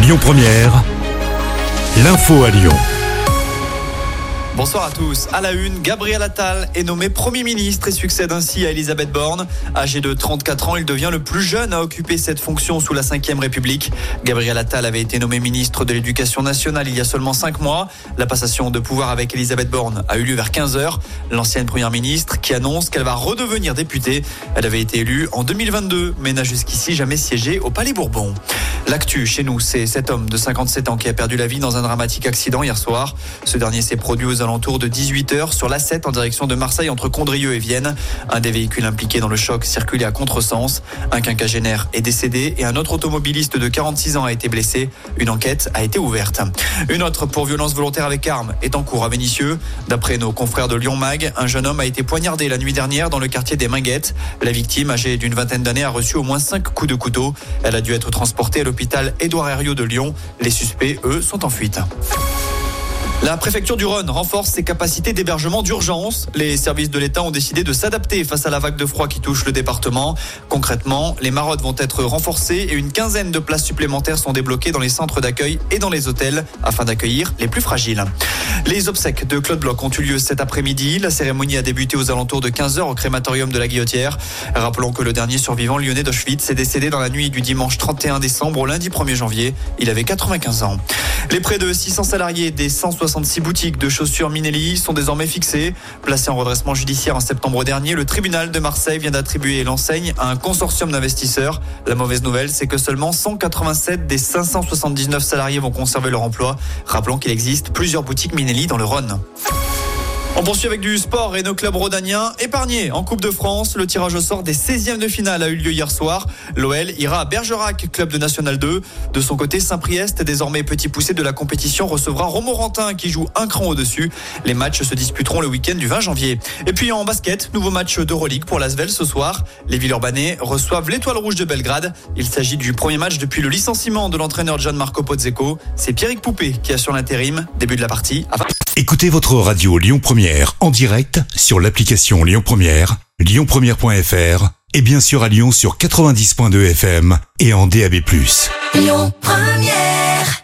Lyon Première, l'info à Lyon. Bonsoir à tous. À la une, Gabriel Attal est nommé Premier ministre et succède ainsi à Elisabeth Borne. Âgé de 34 ans, il devient le plus jeune à occuper cette fonction sous la Ve République. Gabriel Attal avait été nommé ministre de l'Éducation nationale il y a seulement 5 mois. La passation de pouvoir avec Elisabeth Borne a eu lieu vers 15h. L'ancienne première ministre qui annonce qu'elle va redevenir députée. Elle avait été élue en 2022, mais n'a jusqu'ici jamais siégé au Palais Bourbon. L'actu chez nous, c'est cet homme de 57 ans qui a perdu la vie dans un dramatique accident hier soir. Ce dernier s'est produit aux alentours de 18h sur l'A7 en direction de Marseille entre Condrieu et Vienne. Un des véhicules impliqués dans le choc circulait à contresens. Un quinquagénaire est décédé et un autre automobiliste de 46 ans a été blessé. Une enquête a été ouverte. Une autre pour violence volontaire avec arme est en cours à Vénissieux. D'après nos confrères de Lyon Mag, un jeune homme a été poignardé la nuit dernière dans le quartier des Minguettes. La victime, âgée d'une vingtaine d'années, a reçu au moins 5 coups de couteau. Elle a dû être transportée à l'hôpital Édouard Herriot de Lyon. Les suspects, eux, sont en fuite. La préfecture du Rhône renforce ses capacités d'hébergement d'urgence. Les services de l'État ont décidé de s'adapter face à la vague de froid qui touche le département. Concrètement, les maraudes vont être renforcées et une quinzaine de places supplémentaires sont débloquées dans les centres d'accueil et dans les hôtels afin d'accueillir les plus fragiles. Les obsèques de Claude Bloch ont eu lieu cet après-midi. La cérémonie a débuté aux alentours de 15h au crématorium de la Guillotière. Rappelons que le dernier survivant lyonnais d'Auschwitz est décédé dans la nuit du dimanche 31 décembre au lundi 1er janvier. Il avait 95 ans. Les près de 600 salariés des 166 boutiques de chaussures Minelli sont désormais fixés. Placé en redressement judiciaire en septembre dernier, le tribunal de Marseille vient d'attribuer l'enseigne à un consortium d'investisseurs. La mauvaise nouvelle, c'est que seulement 187 des 579 salariés vont conserver leur emploi. Rappelons qu'il existe plusieurs boutiques Minelli dans le Rhône. On poursuit avec du sport et nos clubs rhodaniens épargnés en Coupe de France. Le tirage au sort des 16e de finale a eu lieu hier soir. L'OL ira à Bergerac, club de National 2. De son côté, Saint-Priest, désormais petit poussé de la compétition, recevra Romorantin qui joue un cran au-dessus. Les matchs se disputeront le week-end du 20 janvier. Et puis en basket, nouveau match d'Euroleague pour l'Asvel ce soir. Les Villeurbanais reçoivent l'Étoile Rouge de Belgrade. Il s'agit du premier match depuis le licenciement de l'entraîneur Gianmarco Pozzecco. C'est Pierrick Poupé qui assure l'intérim. Début de la partie. Écoutez votre radio Lyon Première en direct sur l'application Lyon Première, lyonpremière.fr et bien sûr à Lyon sur 90.2 FM et en DAB+. Lyon Première.